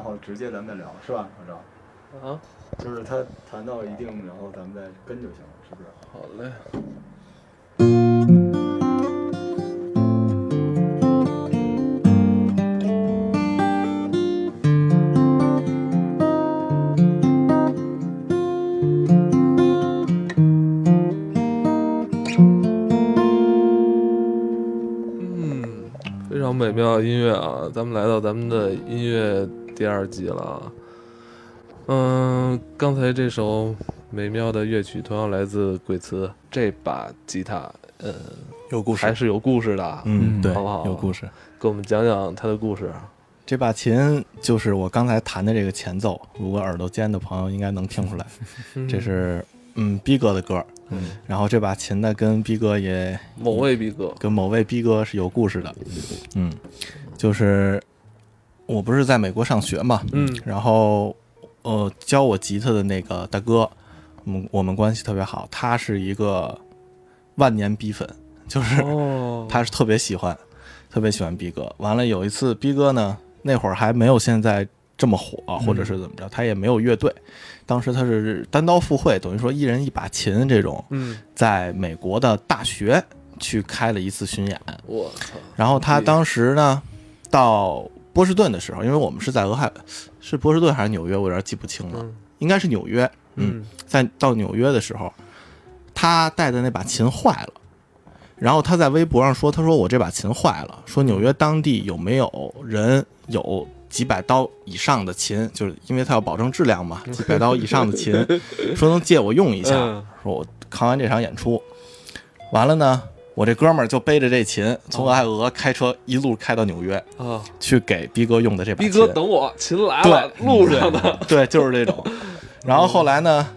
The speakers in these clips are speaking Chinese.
后直接咱们再聊，是吧，老赵？ 啊， 就是他谈到一定，然后咱们再跟就行了，是不是？ 好嘞。非常美妙的音乐啊！咱们来到咱们的音乐第2季了。刚才这首美妙的乐曲同样来自鬼词，这把吉他， 有故事， 还是有故事的。 对， 好不好？ 有故事， 给我们讲讲他的故事。 这把琴就是我刚才弹的这个前奏，如果耳朵尖的朋友应该能听出来，这是逼哥的歌。然后这把琴呢，跟逼哥也某位逼哥， 跟某位逼哥是有故事的。就是我不是在美国上学嘛，然后教我吉他的那个大哥，我们关系特别好，他是一个万年逼粉，就是他是特别喜欢逼哥。完了有一次逼哥呢，那会儿还没有现在这么火，或者是怎么着，他也没有乐队，当时他是单刀赴会，等于说一人一把琴这种，在美国的大学去开了一次巡演。 我操！然后他当时呢，到波士顿的时候，因为我们是在是波士顿还是纽约，我有点记不清了，应该是纽约。在到纽约的时候，他带的那把琴坏了，然后他在微博上说，他说我这把琴坏了，说纽约当地有没有人有几百刀以上的琴，就是因为他要保证质量嘛，几百刀以上的琴，说能借我用一下，说我看完这场演出，完了呢，我这哥们儿就背着这琴从俄亥俄开车一路开到纽约去给逼哥用的这把琴。 逼哥等我，琴来了，路上的。 对，就是这种。然后后来呢，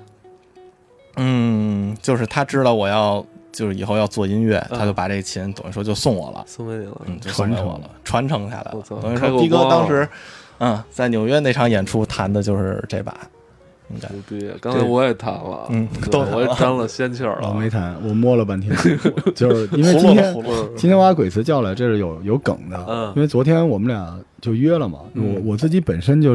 就是他知道我要就是以后要做音乐，他就把这琴等于说就送我了， 送给你了， 就送给我了，传承下来了。等于说逼哥当时，在纽约那场演出弹的就是这把。 牛逼！刚才我也弹了，我也沾了仙气儿了。 我没弹，我摸了半天，就是因为今天我把鬼词叫来，这是有梗的。因为昨天我们俩就约了嘛，我自己本身就是，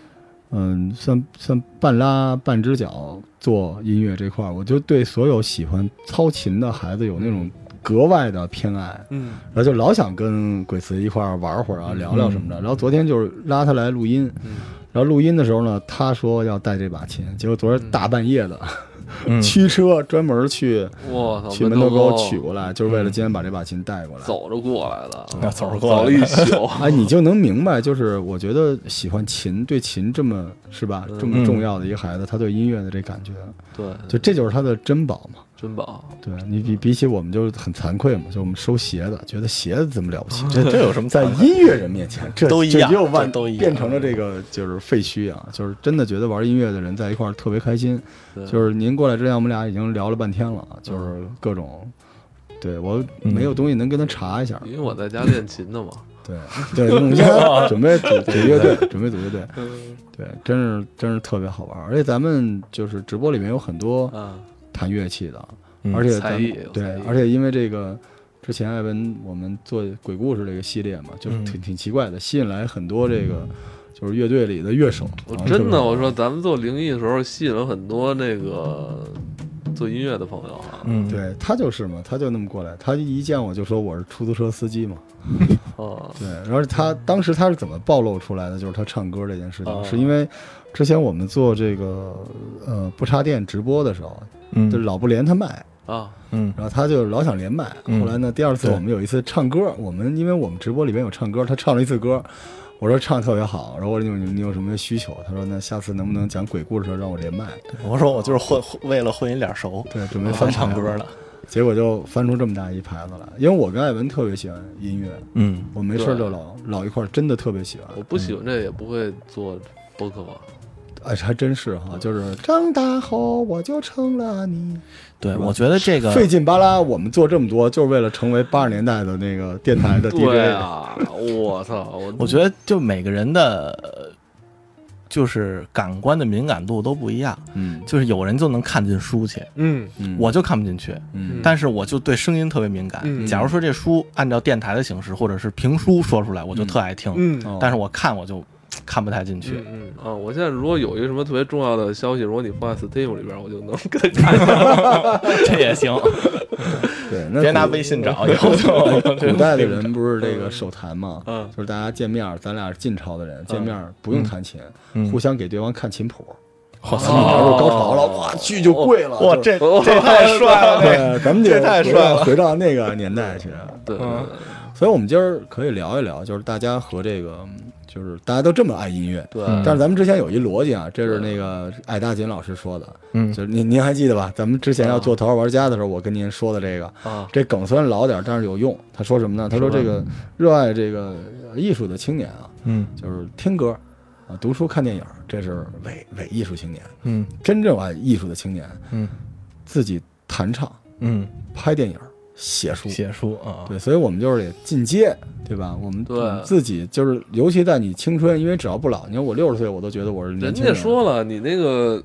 算半拉半只脚做音乐这块，我就对所有喜欢操琴的孩子有那种格外的偏爱，然后就老想跟鬼词一块玩会儿啊，聊聊什么的。然后昨天就是拉他来录音。然后录音的时候呢，他说要带这把琴，结果昨天大半夜的，驱车专门去门头沟取过来，就是为了今天把这把琴带过来， 走着过来的， 走了一宿。 哎，你就能明白，就是我觉得喜欢琴，对琴这么是吧，这么重要的一个孩子，他对音乐的这感觉， 对， 就这就是他的珍宝嘛。 珍宝， 对你比起我们就很惭愧嘛，就我们收鞋子，觉得鞋子怎么了不起？ 这有什么？ 在音乐人面前，这都一样， 都变成了这个就是废墟啊！就是真的觉得玩音乐的人在一块儿特别开心。就是您过来之前，我们俩已经聊了半天了，就是各种，对我没有东西能跟他查一下， 因为我在家练琴的嘛。 对，我们现在准备组乐队，对，真是特别好玩，而且咱们就是直播里面有很多弹乐器的，而且而且因为这个之前艾文我们做鬼故事这个系列嘛，就是挺奇怪的，吸引来很多这个就是乐队里的乐手。 真的，我说咱们做灵异的时候吸引了很多那个做音乐的朋友啊。 对，他就是嘛，他就那么过来，他一见我就说我是出租车司机嘛。对，然后他当时他是怎么暴露出来的？就是他唱歌这件事情，是因为之前我们做这个不插电直播的时候，就老不连他麦然后他就老想连麦。后来呢，第二次我们有一次唱歌，因为我们直播里面有唱歌，他唱了一次歌，我说唱特别好，然后我说你有什么需求？他说那下次能不能讲鬼故事的时候让我连麦？ 我说我就是为了混你脸熟， 对，准备翻唱歌了。 结果就翻出这么大一牌子来，因为我跟艾文特别喜欢音乐，我没事就老一块儿，真的特别喜欢。 我不喜欢这也不会做播客。 哎，还真是哈，就是长大后我就成了你。 对，我觉得这个费劲巴拉，我们做这么多，就是为了成为80年代的那个电台的 DJ。 对啊，我操！ 我觉得就每个人的。就是感官的敏感度都不一样，就是有人就能看进书去，我就看不进去，但是我就对声音特别敏感。假如说这书按照电台的形式或者是评书说出来，我就特爱听，但是我看我就看不太进去。 我现在如果有一个什么特别重要的消息，如果你放在 Steam 里边，我就能给他看一下。 这也行。 对，那别拿微信找，以后就古代的人不是这个手谈嘛，就是大家见面，咱俩是晋朝的人，见面不用弹琴，互相给对方看琴谱。 哇塞， 高潮了，哇，剧就贵了， 哇，这太帅了， 对，咱们这太帅了， 回到那个年代去。 对， 所以我们今儿可以聊一聊，就是大家和这个。就是大家都这么爱音乐， 对。 但是咱们之前有一逻辑啊，这是那个艾大锦老师说的，就是您还记得吧？咱们之前要做《头号玩家》的时候，我跟您说的这个，这梗虽然老点，但是有用。他说什么呢？他说这个热爱这个艺术的青年啊，就是听歌啊、读书、看电影，这是伪艺术青年。真正爱艺术的青年，自己弹唱，拍电影。写书啊， 对，所以我们就是得进阶，对吧？我们自己就是，尤其在你青春，因为只要不老，你看我60岁，我都觉得我是年轻人。 人家说了，你那个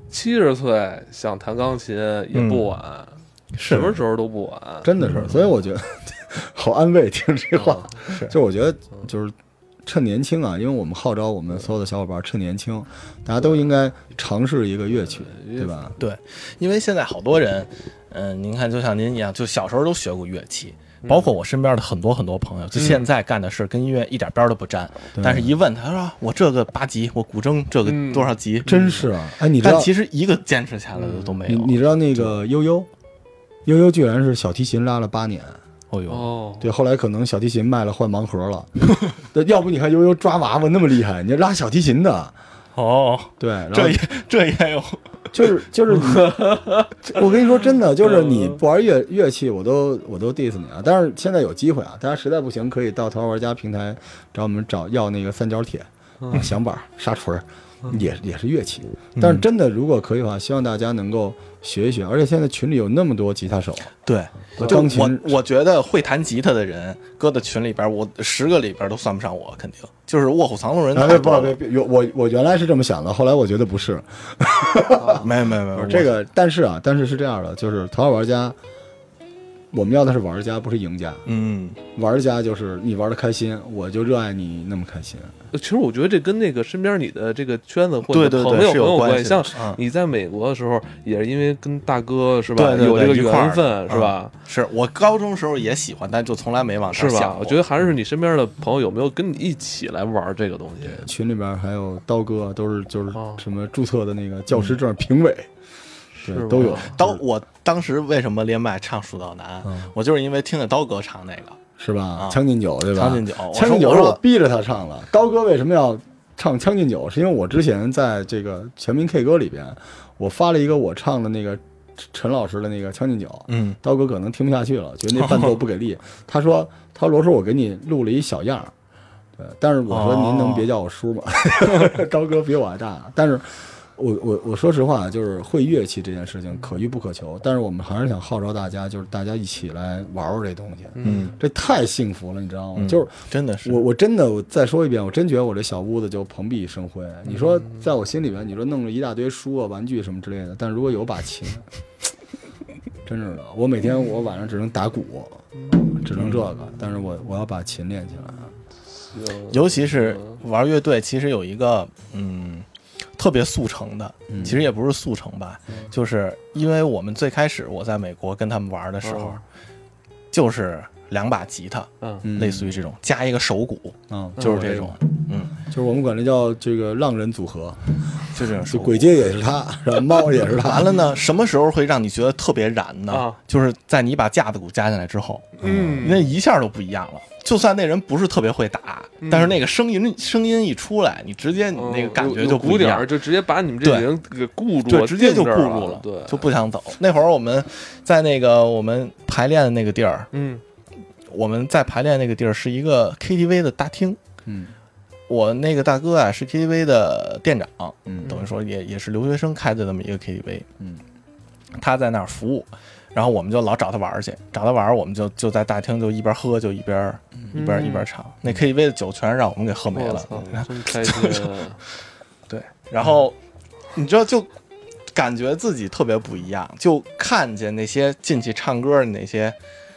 70岁想弹钢琴也不晚，什么时候都不晚， 真的是。所以我觉得好安慰，听这话，就我觉得就是趁年轻啊，因为我们号召我们所有的小伙伴趁年轻，大家都应该尝试一个乐曲，对吧？ 对，因为现在好多人。您看，就像您一样，就小时候都学过乐器，包括我身边的很多朋友，就现在干的事跟音乐一点边都不沾。但是一问他说：“我这个8级，我古筝这个多少级？” 真是啊！哎，你知道， 但其实一个坚持下来的都没有。 你知道那个悠悠居然是小提琴拉了8年。 哦呦， 对，后来可能小提琴卖了换盲盒了。要不你看悠悠抓娃娃那么厉害，你拉小提琴的。 哦， 对，然后这也有。 就是你，我跟你说真的，就是你不玩乐器，我都 diss 你啊！但是现在有机会啊，大家实在不行可以到头号玩家平台找我们要那个三角铁、响板、沙锤，也是乐器。但是真的如果可以的话，希望大家能够学一学，而且现在群里有那么多吉他手， 对， 钢琴， 我觉得会弹吉他的人搁在群里边，我10个里边都算不上我，肯定就是卧虎藏龙人太多了。 我原来是这么想的，后来我觉得不是， 没这个，但是是这样的，就是头号玩家。我们要的是玩家，不是赢家。玩家就是你玩的开心，我就热爱你那么开心。 其实我觉得这跟那个身边你的这个圈子或者朋友很有关系。像你在美国的时候，也是因为跟大哥是吧，有这个缘分是吧？ 是我高中时候也喜欢，但就从来没往上想。 我觉得还是你身边的朋友有没有跟你一起来玩这个东西？ 群里边还有刀哥，就是什么注册的那个教师证评委。对，都有。 我当时为什么连麦唱《蜀道难》我就是因为听着刀哥唱那个， 是吧？将进酒，对吧？ 将进酒， 将进酒是我逼着他唱了。刀哥为什么要唱《将进酒》？是因为我之前在这个全民 K 歌里边，我发了一个我唱的那个陈老师的那个《将进酒》，刀哥可能听不下去了，觉得那伴奏不给力。他说罗叔，我给你录了一小样，对，但是我说您能别叫我叔吗？刀哥比我还大，但是。我说实话，就是会乐器这件事情可遇不可求，但是我们还是想号召大家，就是大家一起来玩这东西。这太幸福了，你知道吗？就是真的是我真的我再说一遍，我真觉得我这小屋子就蓬荜生辉。你说在我心里面，你说弄了一大堆书啊、玩具什么之类的，但如果有把琴，真是的，我每天我晚上只能打鼓，只能这个，但是我要把琴练起来。 尤其是玩乐队，其实有一个特别速成的，其实也不是速成吧，就是因为我们最开始我在美国跟他们玩的时候，就是2把吉他，类似于这种加一个手鼓，就是这种， 就是我们管这叫这个浪人组合， 就这种， 就鬼街也是他，是吧？猫也是他。 完了呢，什么时候会让你觉得特别燃呢？就是在你把架子鼓加进来之后，那一下都不一样了。就算那人不是特别会打，但是那个声音一出来，你直接你那个感觉就不一样， 就直接把你们这人给固住了， 对，直接就固住了， 对， 就不想走。那会儿我们在那个我们排练的那个地儿，我们在排练那个地儿是一个 KTV 的大厅，我那个大哥啊是 KTV 的店长，等于说也是留学生开的这么一个 KTV，他在那儿服务。然后我们就老找他玩去，我们就在大厅就一边喝就一边唱。那 KTV 的酒全让我们给喝没了， 真开心。 对，然后你知道就感觉自己特别不一样，就看见那些进去唱歌的那些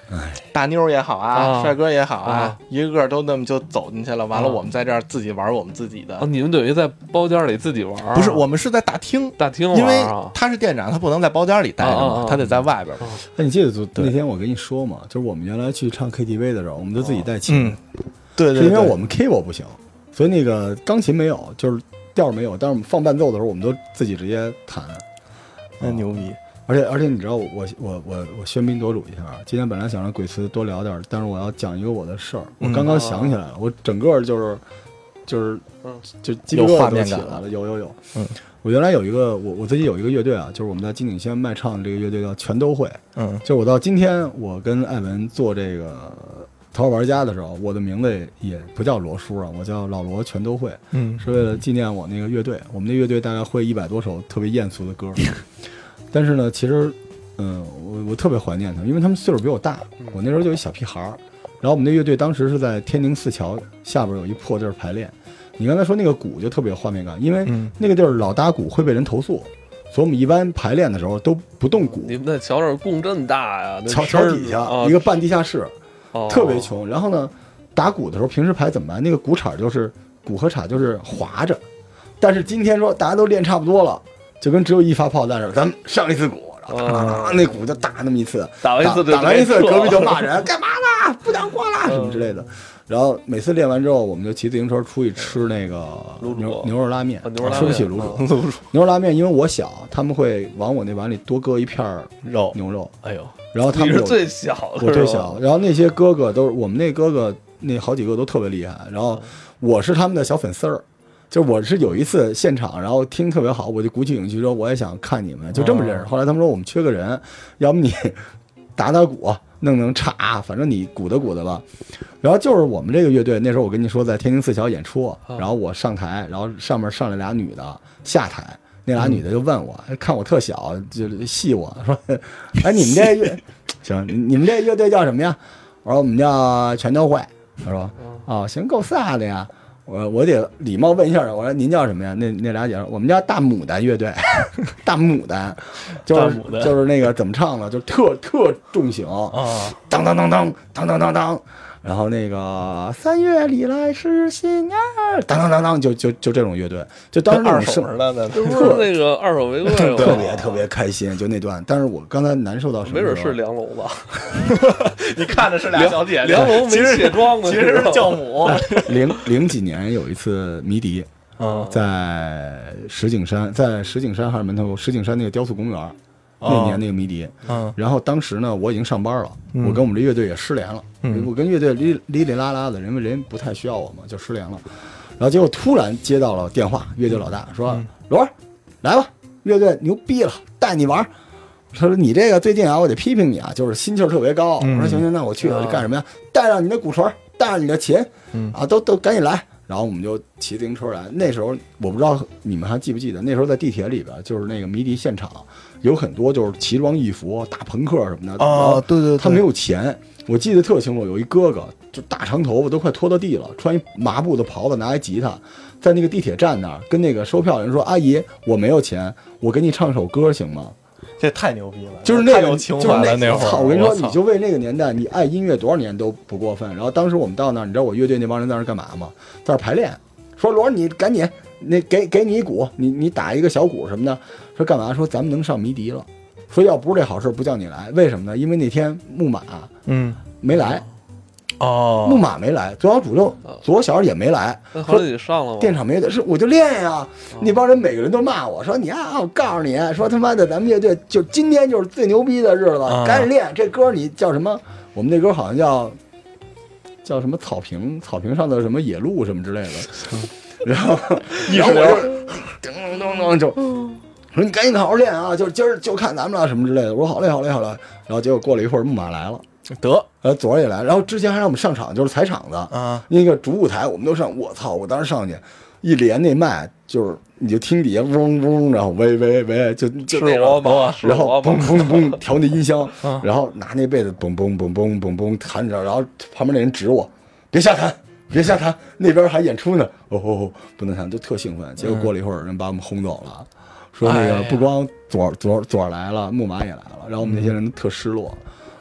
大妞也好啊，帅哥也好啊，一个个都那么就走进去了。完了，我们在这儿自己玩我们自己的。 你们等于在包间里自己玩？ 不是，我们是在大厅玩，因为他是店长，他不能在包间里待着嘛，他得在外边。 那你记得那天我跟你说嘛，就是我们原来去唱 KTV 的时候，我们都自己带琴。 对， 是因为我们 keyboard 不行，所以那个钢琴没有，就是调没有。但是我们放伴奏的时候，我们都自己直接弹， 那牛逼。 而且你知道我喧宾夺主一下，今天本来想让鬼词多聊点，但是我要讲一个我的事儿，我刚刚想起来了，我整个就鸡皮疙瘩都起来了，有。我原来有一个我自己有一个乐队啊，就是我们在金鼎轩卖唱的这个乐队叫全都会。就我到今天我跟艾文做这个头号玩家的时候，我的名字也不叫罗叔啊，我叫老罗全都会。是为了纪念我那个乐队，我们那乐队大概会100多首特别艳俗的歌。但是呢，其实，我特别怀念他们，因为他们岁数比我大，我那时候就一小屁孩儿。然后我们那乐队当时是在天宁4桥下边有一破地儿排练。你刚才说那个鼓就特别有画面感，因为那个地儿老打鼓会被人投诉，所以我们一般排练的时候都不动鼓。 你们那桥上共振大呀， 桥底下一个半地下室，特别穷。然后呢，打鼓的时候平时排怎么办？那个鼓铲就是鼓和铲就是滑着，但是今天说大家都练差不多了。就跟只有一发炮弹似的，咱们上一次鼓，然后那鼓就打那么一次， 打完一次，隔壁就骂人，干嘛啦？不讲话啦，什么之类的。然后每次练完之后，我们就骑自行车出去吃那个牛肉拉面，吃不起卤煮。牛肉拉面，因为我小，他们会往我那碗里多搁一片牛肉。 哎呦， 然后他们你是最小的， 我最小。然后那些哥哥都是我们那哥哥，那好几个都特别厉害。然后我是他们的小粉丝儿。就我是有一次现场，然后听特别好，我就鼓起勇气说我也想看你们，就这么认识。后来他们说我们缺个人，要不你打鼓，弄镲，反正你鼓的吧。然后就是我们这个乐队，那时候我跟你说在天宁4桥演出，然后我上台，然后上面上来俩女的下台，那俩女的就问我，看我特小，就戏我说，哎，你们这行，你们这乐队叫什么呀？我说我们叫全都会。他说哦，行，够飒的呀。我得礼貌问一下，我说您叫什么呀？那俩姐说我们叫大牡丹乐队，大牡丹，就是那个怎么唱呢？就特重型啊，当当当当当当当当，然后那个3月里来是新年，当当当当，就这种乐队，就当时那种二手似的， 这不是那个二手玫瑰， 特别开心，就那段。但是我刚才难受到什么？ 没准是梁龙吧？ 你看着是俩小姐姐， 梁龙没卸妆的， 其实是教母。 零几年有一次迷笛，在石景山还是门头沟石景山那个雕塑公园。那年那个迷笛，然后当时呢，我已经上班了，我跟我们这乐队也失联了，我跟乐队哩哩啦啦的，人不太需要我嘛，就失联了。然后结果突然接到了电话，乐队老大说：“罗，来吧，乐队牛逼了，带你玩。”他说：“你这个最近啊，我得批评你啊，就是心气儿特别高。”我说：“行，那我去，我就干什么呀？带上你的鼓槌，带上你的琴，都赶紧来。”然后我们就骑自行车来。那时候我不知道你们还记不记得，那时候在地铁里边，就是那个迷笛现场，有很多就是奇装异服、大朋克什么的。 对， 他没有钱，我记得特清楚。有一哥哥就大长头发都快拖到地了，穿一麻布的袍子，拿一吉他，在那个地铁站那儿跟那个售票人说：“阿姨，我没有钱，我给你唱首歌行吗？” 这太牛逼了， 就是那个有情怀了那会儿。 我跟你说，你就为那个年代，你爱音乐多少年都不过分。然后当时我们到那儿，你知道我乐队那帮人在那儿干嘛吗？在那儿排练。说罗，你赶紧，那给你一鼓，你打一个小鼓什么的。说干嘛？说咱们能上迷笛了。说要不是这好事不叫你来，为什么呢？因为那天木马没来。木马没来，左小也没来。 后来你上了吗？ 电场没的，是我就练呀。那帮人每个人都骂我说：“你啊，我告诉你，说他妈的咱们乐队就今天就是最牛逼的日子，赶紧练这歌。你叫什么？我们那歌好像叫什么草坪上的什么野鹿什么之类的。然后我就噔噔噔就说你赶紧好好练啊，就今儿就看咱们了什么之类的。我说好嘞。然后结果过了一会儿，木马来了。左儿也来，然后之前还让我们上场，就是踩场子那个主舞台我们都上。我操！我当时上去一连那麦，就是你就听底下嗡嗡，然后喂，就那种，然后嘣嘣嘣调那音箱，然后拿那被子嘣嘣嘣嘣嘣嘣弹着，然后旁边那人指我别瞎弹，那边还演出呢，不能弹，就特兴奋。结果过了一会儿，人把我们轰走了，说那个不光左儿来了，木马也来了，然后我们那些人特失落。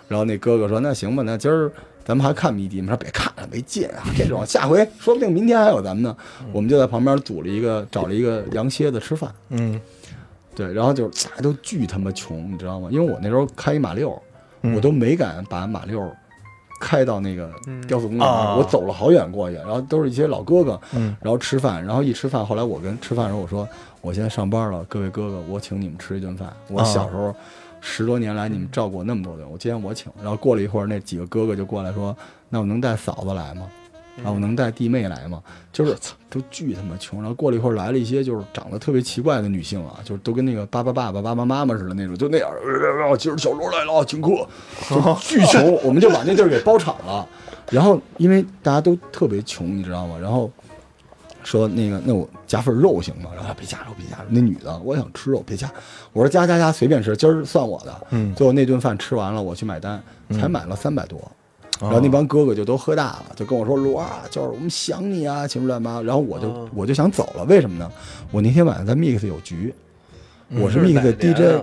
然后那哥哥说那行吧，那今儿咱们还看迷笛吗？说别看了，没劲啊，这种下回说不定明天还有咱们呢。我们就在旁边找了一个羊蝎子吃饭。对，然后就是大家都巨他妈穷，你知道吗？因为我那时候开一马六，我都没敢把马六开到那个雕塑公园，我走了好远过去，然后都是一些老哥哥，然后吃饭，然后一吃饭，后来我跟吃饭的时候我说我现在上班了，各位哥哥，我请你们吃一顿饭。我小时候10多年来你们照顾我那么多人，我今天我请。然后过了一会儿，那几个哥哥就过来说，那我能带嫂子来吗？啊，我能带弟妹来吗？就是都巨他妈穷。然后过了一会儿，来了一些就是长得特别奇怪的女性啊，就是都跟那个巴巴爸爸、巴巴妈妈似的那种，就那样。今儿小罗来了，请客，就巨穷。我们就把那地儿给包场了。然后因为大家都特别穷，你知道吗？然后说那我加份肉行吗？然后别加肉，别加肉。那女的我想吃肉，别加。我说加随便吃，今儿算我的。最后那顿饭吃完了，我去买单，才买了300多。然后那帮哥哥就都喝大了，就跟我说罗啊，就是我们想你啊，情乱妈。然后我就想走了，为什么呢？我那天晚上在 Mix 有局，我是 Mix DJ，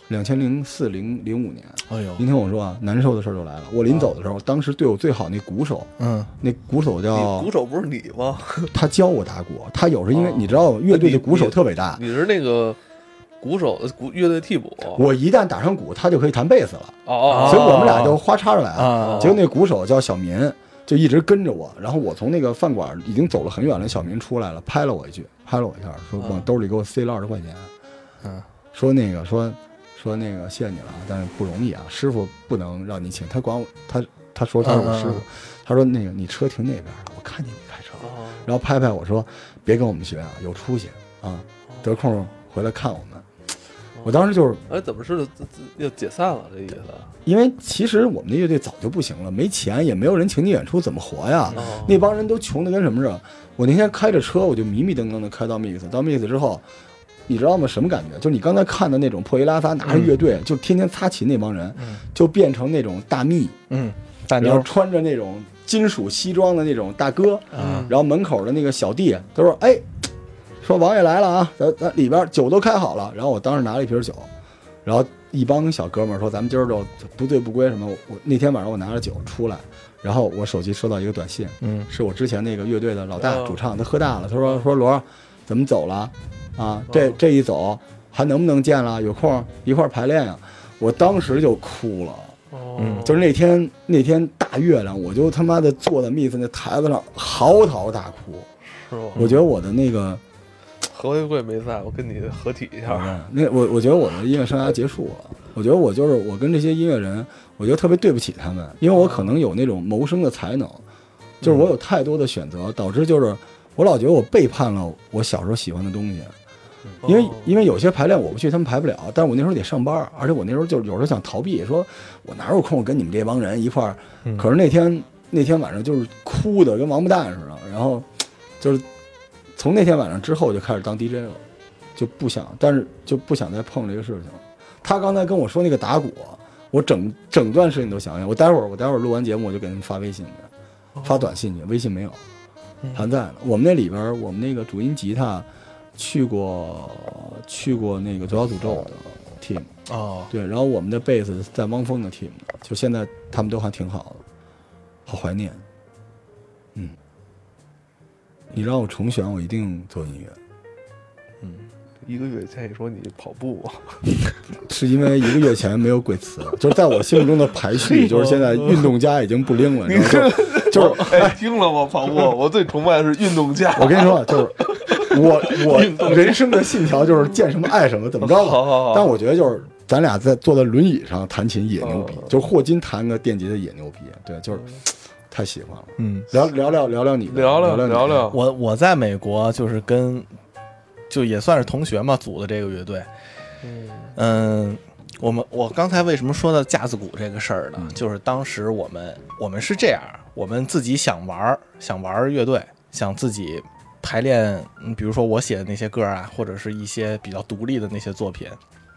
2004-05年。哎呦，您听我说啊，难受的事就来了。我临走的时候，当时对我最好那鼓手，那鼓手叫鼓手不是你吗？ 他教我打鼓，他有时因为你知道乐队的鼓手特别大， 你是那个。鼓手乐队替补， 我一旦打上鼓，他就可以弹贝斯了。所以我们俩就花叉着来。结果那鼓手叫小民，就一直跟着我。然后我从那个饭馆已经走了很远了，小民出来了，拍了我一句，拍了我一下，说往兜里给我塞了20块钱。说那个说那个谢谢你了，但是不容易啊，师傅不能让你请。他管我，他说他是我师傅，他说那个你车停那边了，我看见你开车了。然后拍拍我说别跟我们学啊，有出息啊，得空回来看我们。我当时就是， 怎么是要解散了这意思？ 因为其实我们的乐队早就不行了，没钱，也没有人请你演出，怎么活呀？那帮人都穷的跟什么似的。我那天开着车，我就迷迷瞪瞪的开到 Mix， 到 Mix 之后，你知道吗？什么感觉？就你刚才看的那种破衣拉撒拿着乐队，就天天擦琴那帮人，就变成那种大蜜，然后穿着那种金属西装的那种大哥，然后门口的那个小弟都说哎。说王爷来了啊，咱里边酒都开好了。然后我当时拿了一瓶酒，然后一帮小哥们说咱们今儿就不醉不归什么。我那天晚上我拿着酒出来，然后我手机收到一个短信，是我之前那个乐队的老大主唱，他喝大了，他说罗怎么走了啊？这一走还能不能见了？有空一块排练呀。我当时就哭了。就是那天大月亮，我就他妈的坐在 Mix 那台子上嚎啕大哭。我觉得我的那个何为贵没在，我跟你合体一下。 我觉得我的音乐生涯结束了。我觉得我跟这些音乐人，我觉得特别对不起他们，因为我可能有那种谋生的才能，就是我有太多的选择，导致就是我老觉得我背叛了我小时候喜欢的东西。因为有些排练我不去，他们排不了，但是我那时候得上班，而且我那时候就有时候想逃避，说我哪有空跟你们这帮人一块儿。可是那天晚上就是哭的跟王八蛋似的，然后就是从那天晚上之后就开始当 DJ 了，就不想再碰这个事情。他刚才跟我说那个打鼓，我整段事情都想想。我待会儿录完节目我就给他们发微信去，发短信去，微信没有，还在呢。我们那里边，我们那个主音吉他去过那个左小诅咒的 team 对，然后我们的贝斯在汪峰的 team， 就现在他们都还挺好的，好怀念。你让我重选，我一定做音乐。 1个月前你说你跑步， 是因为1个月前没有鬼词，就是在我心目中的排序，就是现在运动家已经不灵了。你知道就是听了吗？跑步，我最崇拜的是运动家。 我跟你说，就是我人生的信条就是见什么爱什么，怎么着吧。好。但我觉得就是咱俩坐在轮椅上弹琴也牛逼，就是霍金弹个电吉他也牛逼。对，就是。太喜欢了，聊聊你， 聊聊。 我在美国就是就也算是同学嘛组的这个乐队，我刚才为什么说到架子鼓这个事儿呢？就是当时我们是这样，我们自己想玩乐队，想自己排练，比如说我写的那些歌啊，或者是一些比较独立的那些作品。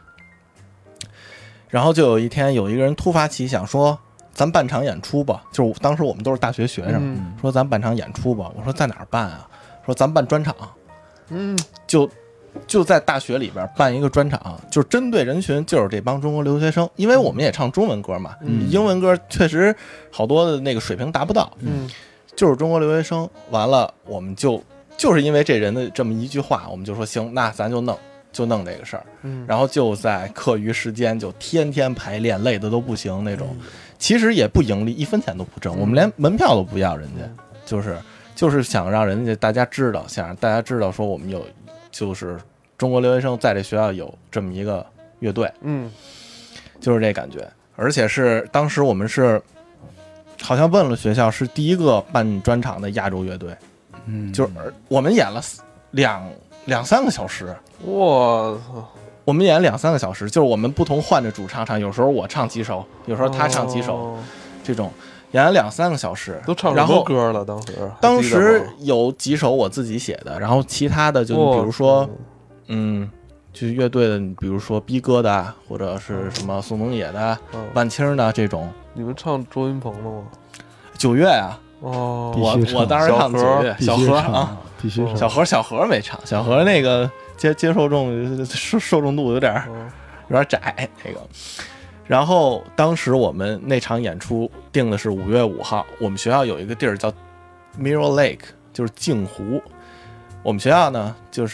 然后就有一天有一个人突发奇想说。咱办场演出吧，就是当时我们都是大学学生，说咱办场演出吧。我说在哪儿办啊？说咱办专场，就就在大学里边办一个专场，就是针对人群就是这帮中国留学生，因为我们也唱中文歌嘛，英文歌确实好多的那个水平达不到，就是中国留学生。完了我们就是因为这人的这么一句话，我们就说行，那咱就弄这个事儿，然后就在课余时间就天天排练，累得都不行那种，其实也不盈利，1分钱都不挣，我们连门票都不要，人家就是想让人家大家知道，想让大家知道说我们有就是中国留学生在这学校有这么一个乐队，就是这感觉。而且是当时我们是好像问了学校，是第一个办专场的亚洲乐队，就是我们演了两三个小时， 我操！ 我们演2-3个小时，就是我们不同换着主唱，有时候我唱几首，有时候他唱几首，这种演了2-3个小时。 都唱什么歌了？当时有几首我自己写的，然后其他的就比如说，就是乐队的，比如说逼哥的，或者是什么宋冬野的、万青的这种。 你们唱周云鹏的吗 ？9月啊。我当时唱9月，小何啊， 必须唱。 小何没唱，小何那个接受众度有点窄那个。然后当时我们那场演出定的是5月5号，我们学校有一个地儿叫 Mirror Lake， 就是镜湖。我们学校呢就是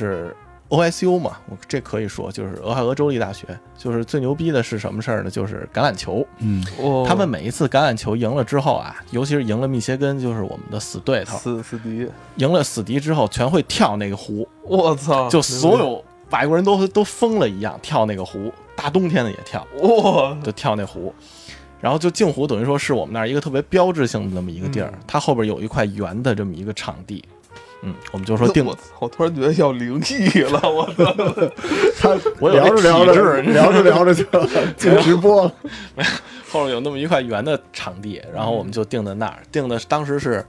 OSU 嘛，这可以说就是俄亥俄州立大学。就是最牛逼的是什么事儿呢？就是橄榄球。他们每一次橄榄球赢了之后啊，尤其是赢了密歇根，就是我们的死对头， 死敌。赢了死敌之后，全会跳那个湖。 我操！ 就所有外国人都疯了一样跳那个湖，大冬天的也跳，就跳那湖。然后就镜湖等于说是我们那儿一个特别标志性的那么一个地儿，它后边有一块圆的这么一个场地。我们就说定。 我突然觉得要灵异了，我操！ 我聊着聊着就进直播了。 后面有那么一块圆的场地，然后我们就定在那儿，定的当时是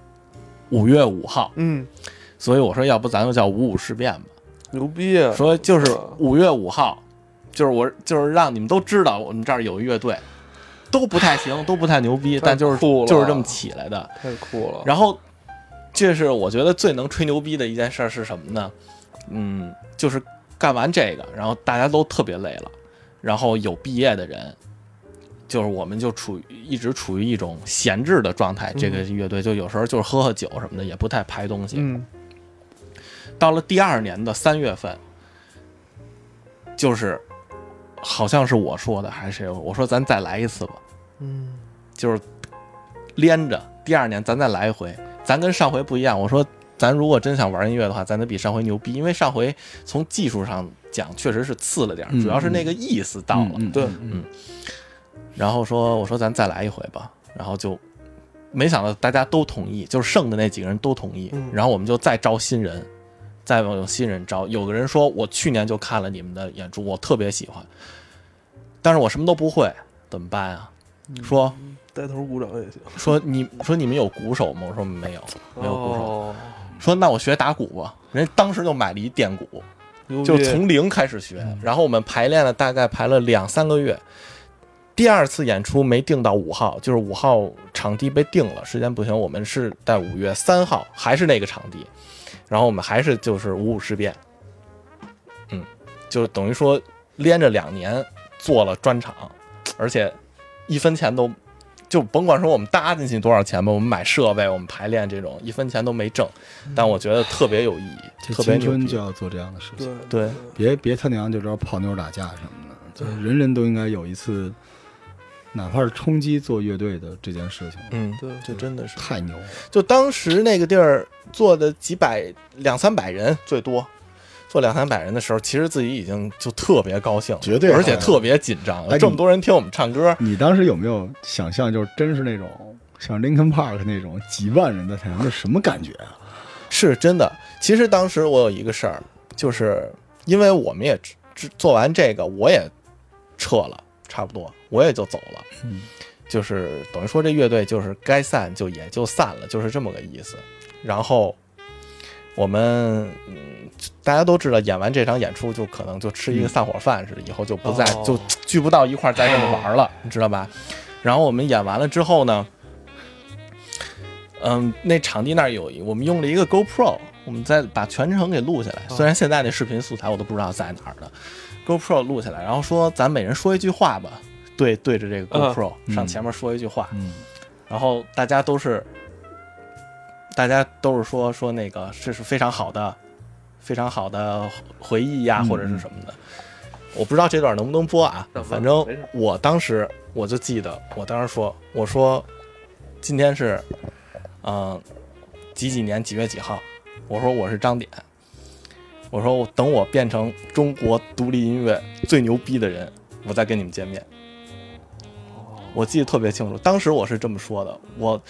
5月5号。所以我说要不咱就叫55事变吧。 牛逼啊！ 说就是5月5号，就是让你们都知道我们这儿有乐队，都不太行，都不太牛逼，但就是这么起来的， 太酷了。 然后。这是我觉得最能吹牛逼的一件事是什么呢？就是干完这个，然后大家都特别累了，然后有毕业的人，就是我们就一直处于一种闲置的状态。这个乐队就有时候就是喝酒什么的，也不太排东西。到了第2年的3月份，就是好像是我说的还是谁，我说咱再来一次吧。就是连着第2年咱再来一回。咱跟上回不一样，我说咱如果真想玩音乐的话，咱得比上回牛逼，因为上回从技术上讲确实是次了点，主要是那个意思到了。 对， 然后我说咱再来一回吧，然后就没想到大家都同意，就是剩的那几个人都同意，然后我们就再招新人，再往有新人招。有个人说我去年就看了你们的演出，我特别喜欢，但是我什么都不会，怎么办啊？说带头鼓掌也行。 说你们有鼓手吗？我说没有鼓手。说那我学打鼓吧。人家当时就买了一电鼓，就从零开始学。然后我们排练了，大概排了2-3个月。第2次演出没定到5号，就是5号场地被定了，时间不行，我们是在5月3号还是那个场地，然后我们还是就是55事变。就等于说连着2年做了专场，而且1分钱都。就甭管说我们搭进去多少钱吧，我们买设备，我们排练这种1分钱都没挣，但我觉得特别有意义，特别青春就要做这样的事情。 对， 别他娘就知道泡妞打架什么的，就是人人都应该有一次，哪怕是冲击做乐队的这件事情。 对，这真的是太牛了。 就当时那个地儿坐的200-300人最多。做200-300人的时候，其实自己已经就特别高兴， 绝对， 而且特别紧张。这么多人听我们唱歌， 你当时有没有想象，就是真是那种像 Linkin Park 那种几万人的台上，这什么感觉啊？ 是真的。其实当时我有一个事儿，就是因为我们也做完这个，我也撤了，差不多我也就走了。就是等于说这乐队就是该散就也就散了，就是这么个意思。然后我们大家都知道，演完这场演出就可能就吃一个散伙饭似的，以后就不再就聚不到一块再这么玩了，你知道吧？然后我们演完了之后呢，那场地那儿我们用了一个 GoPro， 我们再把全程给录下来。虽然现在那视频素材我都不知道在哪儿的，GoPro 录下来，然后说咱每人说一句话吧，对着这个 GoPro 上前面说一句话，然后大家都是说那个这是非常好的回忆呀，或者是什么的。我不知道这段能不能播啊，反正我当时我就记得，我当时说，我说今天是几年几月几号，我说我是张典，我说等我变成中国独立音乐最牛逼的人，我再跟你们见面。我记得特别清楚，当时我是这么说的，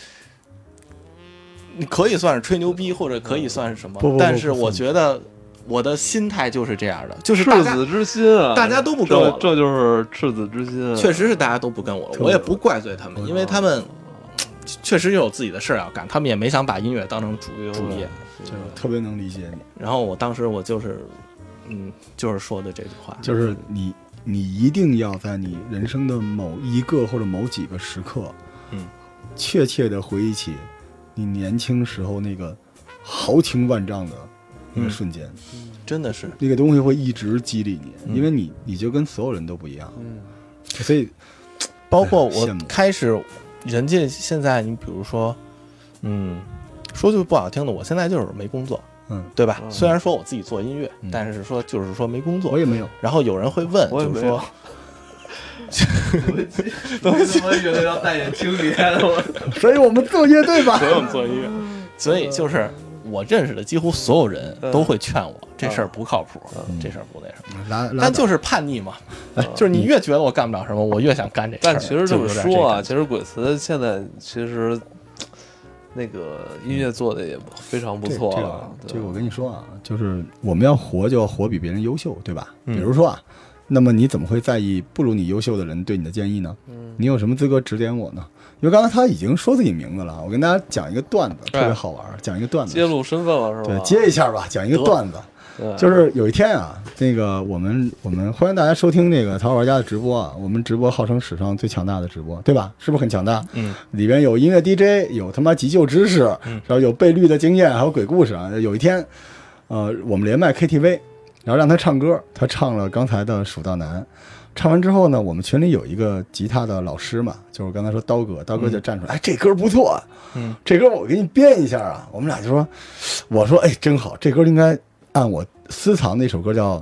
你可以算是吹牛逼，或者可以算是什么，但是我觉得我的心态就是这样的，就是赤子之心啊， 大家都不跟我了， 这就是赤子之心， 确实是大家都不跟我了，我也不怪罪他们，因为他们确实有自己的事要干，他们也没想把音乐当成主业， 特别能理解你。 然后我当时我就是就是说的这句话， 就是你一定要在你人生的某一个或者某几个时刻，确切的回忆起你年轻时候那个豪情万丈的那个瞬间， 真的是那个东西会一直激励你，因为你就跟所有人都不一样，所以包括我开始，人家现在你比如说，说句不好听的，我现在就是没工作，对吧？虽然说我自己做音乐，但是就是说没工作， 我也没有。 然后有人会问，就是说， 怎么乐队要带眼青年了？ 所以我们做乐队吧， 所以我们做音乐，所以就是我认识的几乎所有人都会劝我，这事儿不靠谱，这事儿不那什么。但就是叛逆嘛，就是你越觉得我干不了什么，我越想干这事儿。 但其实这么说啊，其实鬼词现在其实那个音乐做的也非常不错了。 这个我跟你说啊，就是我们要活就要活比别人优秀，对吧？比如说啊，那么你怎么会在意不如你优秀的人对你的建议呢？你有什么资格指点我呢？因为刚才他已经说自己名字了，我跟大家讲一个段子，特别好玩，讲一个段子， 揭露身份了是吧？ 对，接一下吧，讲一个段子。就是有一天啊，那个我们欢迎大家收听那个淘宝玩家的直播啊，我们直播号称史上最强大的直播，对吧？是不是很强大？里边有音乐 DJ， 有他妈急救知识，然后有被绿的经验，还有鬼故事啊。有一天，我们连麦 KTV， 然后让他唱歌，他唱了刚才的《蜀道难》。唱完之后呢，我们群里有一个吉他的老师嘛，就是我刚才说刀哥就站出来，哎，这歌不错啊，这歌我给你编一下啊。我们俩就说，我说，哎，真好，这歌应该按我私藏那首歌叫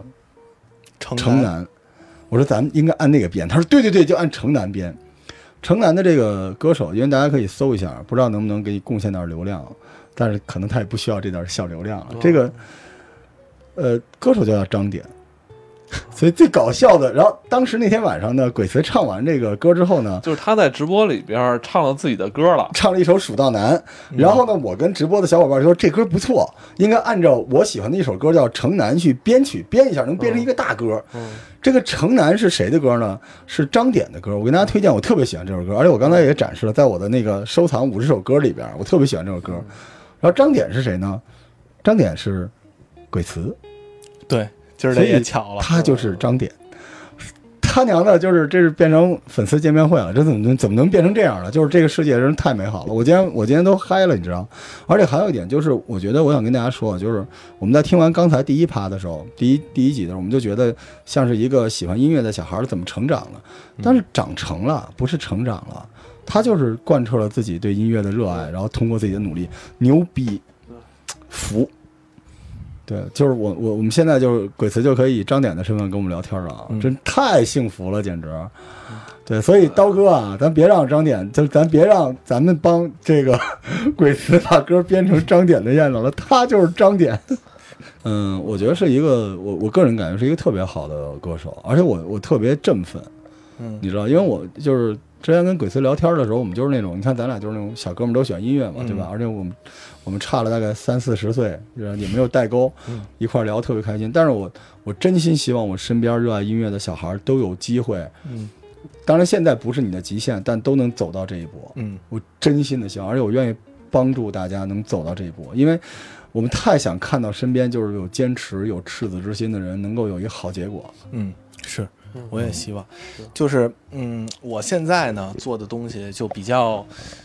《城南》，我说咱们应该按那个编。他说对，就按《城南》编。城南的这个歌手，因为大家可以搜一下，不知道能不能给你贡献点流量，但是可能他也不需要这点小流量了。这个歌手就叫张典。所以最搞笑的，然后当时那天晚上呢，鬼词唱完这个歌之后呢， 就是他在直播里边唱了自己的歌了， 唱了一首《蜀道难》。然后呢，我跟直播的小伙伴说这歌不错，应该按照我喜欢的一首歌叫《城南》去编曲，编一下能编成一个大歌。这个《城南》是谁的歌呢？是张典的歌。我跟大家推荐，我特别喜欢这首歌，而且我刚才也展示了，在我的那个收藏50首歌里边，我特别喜欢这首歌。然后张典是谁呢？张典是鬼词， 对。今儿这也巧了， 他就是张典，他娘的，就是这是变成粉丝见面会了，这怎么能变成这样了？就是这个世界真是太美好了，我今天都嗨了，你知道？而且还有一点就是，我觉得我想跟大家说，就是我们在听完刚才第一趴的时候，第一集的时候，我们就觉得像是一个喜欢音乐的小孩怎么成长了，但是长成了，不是成长了，他就是贯彻了自己对音乐的热爱，然后通过自己的努力，牛逼，服。对，就是我们现在就是鬼词就可以以张典的身份跟我们聊天了啊，真太幸福了，简直。对，所以刀哥啊，咱别让张典，咱别让咱们帮这个鬼词把歌编成张典的样子了，他就是张典。我觉得是一个我个人感觉是一个特别好的歌手，而且我特别振奋，你知道，因为我就是之前跟鬼词聊天的时候，我们就是那种，你看咱俩就是那种小哥们都喜欢音乐嘛，对吧？而且我们差了大概30-40岁，也没有代沟，一块聊特别开心。但是我真心希望我身边热爱音乐的小孩都有机会，当然现在不是你的极限，但都能走到这一步。我真心的希望，而且我愿意帮助大家能走到这一步，因为我们太想看到身边就是有坚持、有赤子之心的人能够有一个好结果。 是。我也希望，就是我现在呢做的东西就比较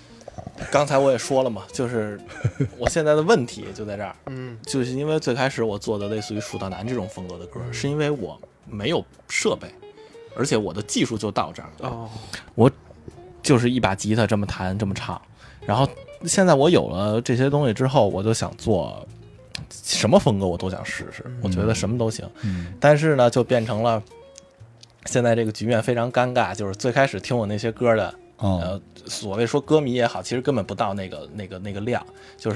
刚才我也说了嘛，就是我现在的问题就在这儿，就是因为最开始我做的类似于蜀道难这种风格的歌，是因为我没有设备，而且我的技术就到这儿，我就是一把吉他这么弹这么唱，然后现在我有了这些东西之后，我就想做什么风格我都想试试，我觉得什么都行，但是呢，就变成了现在这个局面非常尴尬，就是最开始听我那些歌的。所谓说歌迷也好，其实根本不到那个量，就是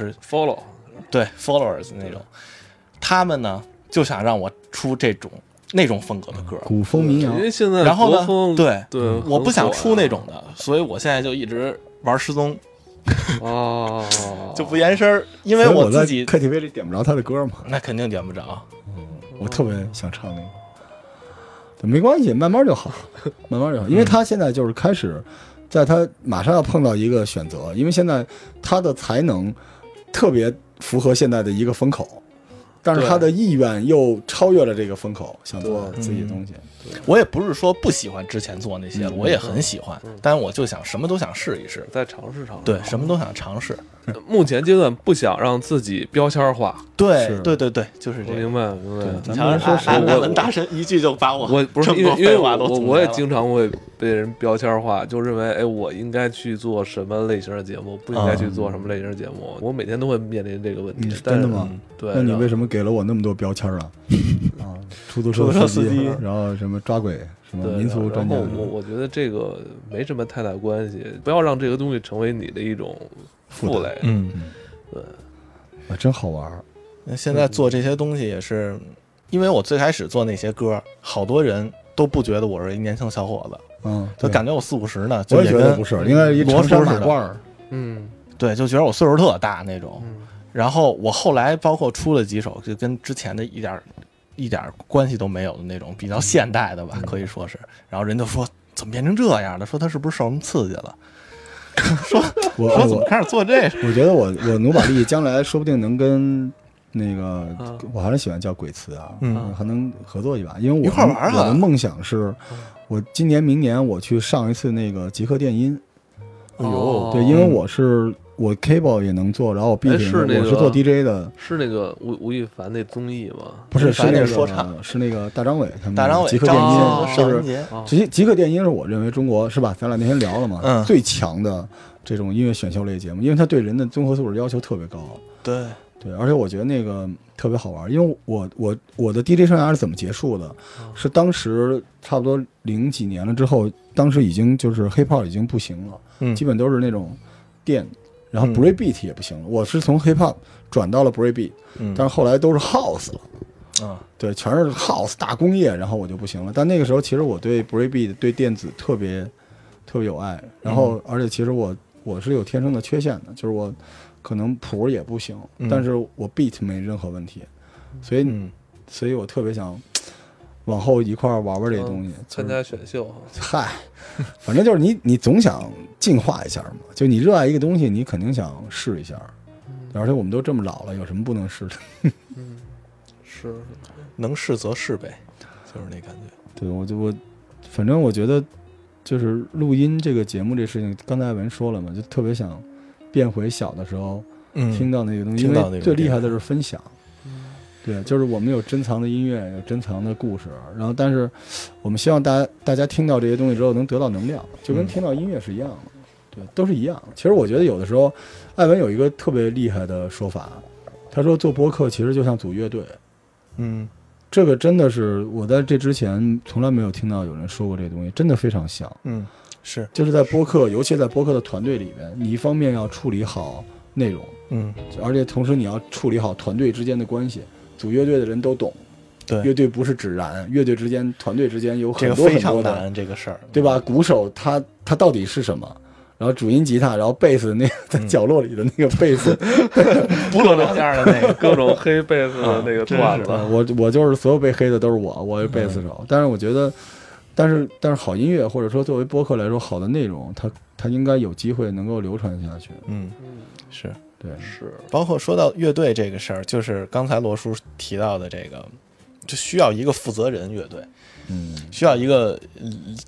followers 那种，他们呢就想让我出那种风格的歌， 古风民谣。 因为现在然后呢， 对，我不想出那种的，所以我现在就一直玩失踪，就不言声，因为我自己 KTV 里点不着他的歌嘛， 那肯定点不着。 我特别想唱那个，没关系，慢慢就好，慢慢就好，因为他现在就是开始。在他马上要碰到一个选择，因为现在他的才能特别符合现在的一个风口，但是他的意愿又超越了这个风口，想做自己的东西。 我也不是说不喜欢之前做那些了，我也很喜欢，但是我就想什么都想试一试， 再尝试尝试。 对，什么都想尝试。 目前阶段不想让自己标签化。 对，就是这个。 明白。 你瞧，安文大神一句就把我不是因为我也经常会被人标签化，就认为我应该去做什么类型的节目，不应该去做什么类型的节目。我每天都会面临这个问题。 真的吗？ 对。 那你为什么给了我那么多标签啊？出租车司机，然后什么抓鬼，什么民俗专家。 我觉得这个没什么太大关系，不要让这个东西成为你的一种负累。 对，真好玩。 现在做这些东西也是，因为我最开始做那些歌，好多人都不觉得我是一年轻小伙子，就感觉我40-50呢。 我也觉得不是，应该一罗叔马褂。 对，就觉得我岁数特大那种。然后我后来包括出了几首，就跟之前的一点关系都没有的那种比较现代的吧，可以说是。然后人就说怎么变成这样的？说他是不是受什么刺激了？说怎么开始做这？ 我觉得我努把力，将来说不定能跟那个我还是喜欢叫鬼词啊，还能合作一把，因为一块玩啊。 我的梦想是，我今年明年我去上一次那个极客电音。对，因为我 cable 也能做，然后我 beat 我是做 DJ 的。 是那个吴亦凡那综艺吗？ 不是，是那个说唱， 是那个大张伟他们。 大张伟极客电音就是极客电音是我认为中国是吧？咱俩那天聊了嘛，最强的这种音乐选秀类节目，因为它对人的综合素质要求特别高。 对， 而且我觉得那个特别好玩，因为我的 DJ 生涯是怎么结束的？是当时差不多00几年了之后，当时已经就是 hip hop 已经不行了，基本都是那种电。然后 breakbeat 也不行了，我是从 hip hop 转到了 breakbeat，但是后来都是 house 了，对，全是 house 大工业，然后我就不行了。但那个时候其实我对 breakbeat 对电子特别有爱，然后而且其实我是有天生的缺陷的，就是我可能谱也不行，但是我 beat 没任何问题，所以我特别想往后一块玩这东西， 参加选秀。 嗨，反正就是你总想进化一下嘛，就你热爱一个东西，你肯定想试一下。而且我们都这么老了，有什么不能试的？ 是能试则试呗，就是那感觉。 对，我反正我觉得就是录音这个节目这事情，刚才艾文说了嘛，就特别想变回小的时候听到那个东西，因为最厉害的是分享。对，就是我们有珍藏的音乐，有珍藏的故事，然后但是我们希望大家听到这些东西之后能得到能量，就跟听到音乐是一样的，对，都是一样。其实我觉得有的时候，艾文有一个特别厉害的说法，他说做播客其实就像组乐队，这个真的是我在这之前从来没有听到有人说过这个东西，真的非常像， 是， 就是在播客，尤其在播客的团队里面，你一方面要处理好内容，而且同时你要处理好团队之间的关系。组乐队的人都懂， 对， 乐队不是只燃，乐队之间、团队之间有很多这个非常难这个事儿， 对吧？鼓手他到底是什么？然后主音吉他，然后贝斯那个在角落里的那个贝斯， 不落这样的那个各种黑贝斯的那个段子， 我就是所有被黑的都是我是贝斯手。但是我觉得，但是好音乐或者说作为播客来说，好的内容，它应该有机会能够流传下去。 是。 对， 是， 包括说到乐队这个事儿，就是刚才罗叔提到的这个，就需要一个负责人乐队，需要一个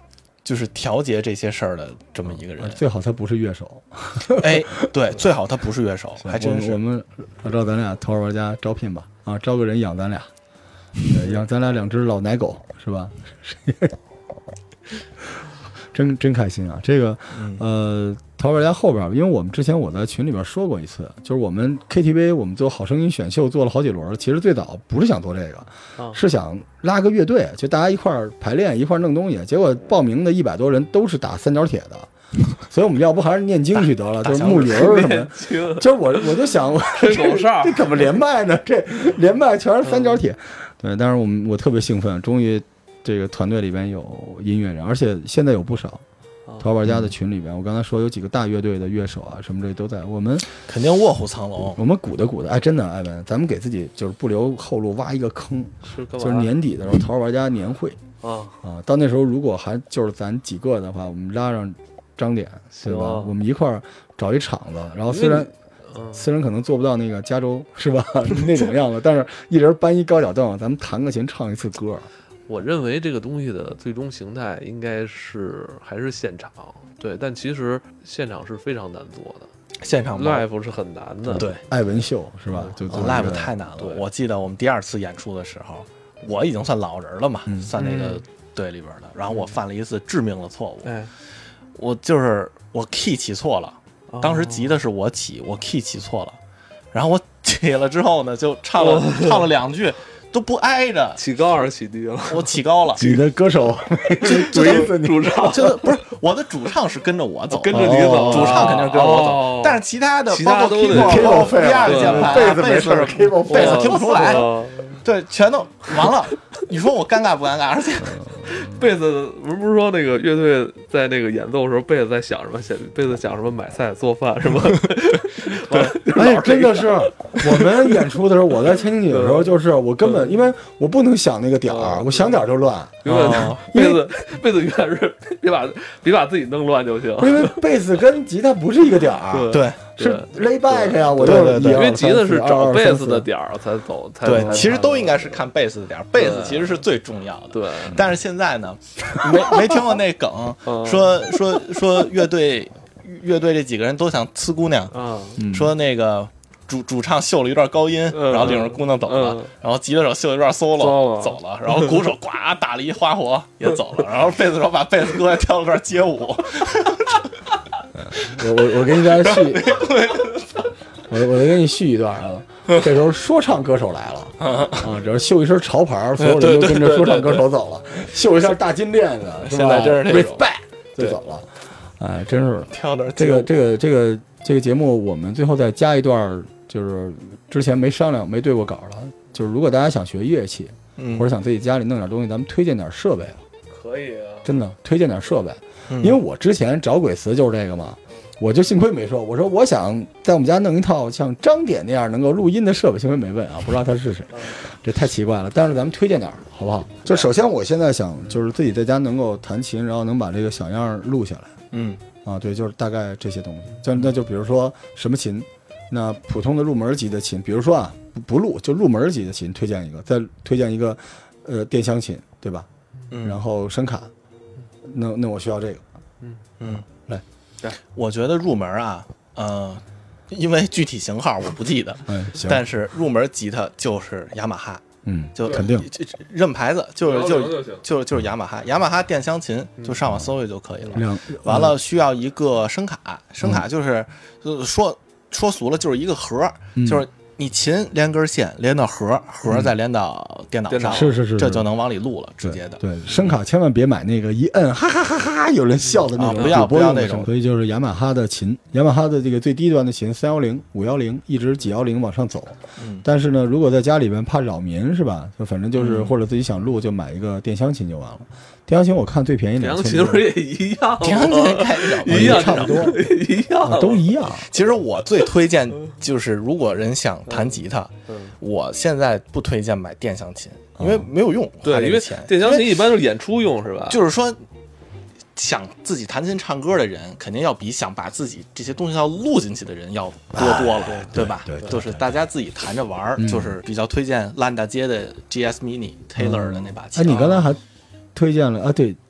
就是调节这些事儿的这么一个人。 最好他不是乐手。 哎，对，最好他不是乐手，还真是。 我们按照咱俩头号玩家招聘吧，啊，招个人养咱俩，养咱俩2只老奶狗是吧？真开心啊！这个头号玩家后边，因为我们之前我在群里边说过一次，就是我们 KTV 我们做好声音选秀做了好几轮，其实最早不是想做这个，是想拉个乐队，就大家一块儿排练一块儿弄东西，结果报名的100多人都是打三角铁的。所以我们要不还是念京去得了，就是木鱼儿什么的。就是我就想，这怎么连麦呢？这连麦全是三角铁。对，但是我特别兴奋，终于这个团队里边有音乐人，而且现在有不少。头号玩家的群里边，我刚才说有几个大乐队的乐手啊，什么这都在。我们肯定卧虎藏龙， 我们鼓的，哎，真的，艾文，咱们给自己就是不留后路，挖一个坑，就是年底的时候，头号玩家年会到那时候如果还就是咱几个的话，我们拉上张点，对吧？我们一块儿找一场子，然后虽然可能做不到那个加州是吧那种样子，但是一人搬一高脚凳，咱们弹个琴唱一次歌。 我认为这个东西的最终形态应该还是现场，对，但其实现场是非常难做的， 现场 live 是很难的， 对， 艾文秀是吧？就 live 太难了。我记得我们第2次演出的时候，我已经算老人了嘛，算那个队里边的，然后我犯了一次致命的错误，我 key 起错了，当时吉的是我起，我 key 起错了，然后我起了之后呢，就唱了2句。都不挨着， 起高还是起低了？ 我起高了。 你的歌手， 主唱， 就不是我的主唱是跟着我走， 跟着你走， 主唱肯定是跟着我走，但是其他的包括 keyboard 第2个键盘，贝斯听不出来，对，全都完了。你说我尴尬不尴尬？而且贝斯不是说那个乐队在那个演奏的时候，贝斯在想什么？贝斯想什么？买菜做饭是吗？ 对，哎，真的是我们演出的时候，我在千斤顶的时候，就是我根本因为我不能想那个点儿，我想点就乱。 贝斯永远是别把自己弄乱就行。 因为贝斯跟吉他不是一个点儿， 对， 是 lay back 呀，我就因为吉他是找贝斯的点儿才走， 对，其实都应该是看贝斯的点儿，贝斯其实是最重要的。 对， 但是现在呢，没听过那梗，说乐队这几个人都想呲姑娘，说那个主唱秀了一段高音，然后领着姑娘走了，然后吉他手秀了一段 solo 走了，然后鼓手呱打了一花活也走了，然后贝斯手把贝斯搁下跳了段街舞。 我给你再续，我给你续一段啊。这时候说唱歌手来了只要秀一身潮牌，所有人都跟着说唱歌手走了，秀一下大金链子， 现在真是那种 respect 就走了。哎，真是跳点这个节目，我们最后再加一段，就是之前没商量没对过稿了，就是如果大家想学乐器，或者想自己家里弄点东西，咱们推荐点设备了。 可以啊， 真的推荐点设备，因为我之前找鬼词就是这个嘛，我就幸亏没说，我说我想在我们家弄一套像张典那样能够录音的设备，幸亏没问啊，不知道他是谁，这太奇怪了。但是咱们推荐点好不好？就首先我现在想就是自己在家能够弹琴，然后能把这个小样录下来。对，就是大概这些东西。那就比如说什么琴，那普通的入门级的琴，比如说啊不录就入门级的琴推荐一个，再推荐一个电箱琴，对吧？然后声卡，那我需要这个。来， 我觉得入门啊，因为具体型号我不记得，但是入门吉他就是雅马哈。就肯定认牌子就是雅马哈，雅马哈电箱琴就上网搜就可以了。完了需要一个声卡，声卡就是说俗了就是一个盒，就是你琴连根线连到盒再连到电脑上， 是， 这就能往里录了，直接的。 对，声卡千万别买那个一摁哈哈哈哈有人笑的那种， 不要那种。 所以就是雅马哈的琴，雅马哈的这个最低端的琴310、510一直几10往上走。但是呢，如果在家里边怕扰民是吧？就反正就是或者自己想录，就买一个电箱琴就完了。电箱琴我看最便宜2000， 电箱琴不是也一样？ 电箱琴一样，差不多， 一样， 都一样。 其实我最推荐就是，如果人想弹吉他，我现在不推荐买电箱琴，因为没有用。 对，因为电箱琴一般都是演出用，是吧？ 就是说，想自己弹琴唱歌的人，肯定要比想把自己这些东西要录进去的人要多了，对吧？就是大家自己弹着玩，就是比较推荐烂大街的 GS Mini Taylor 的那把琴。 你刚才还推荐了啊？对，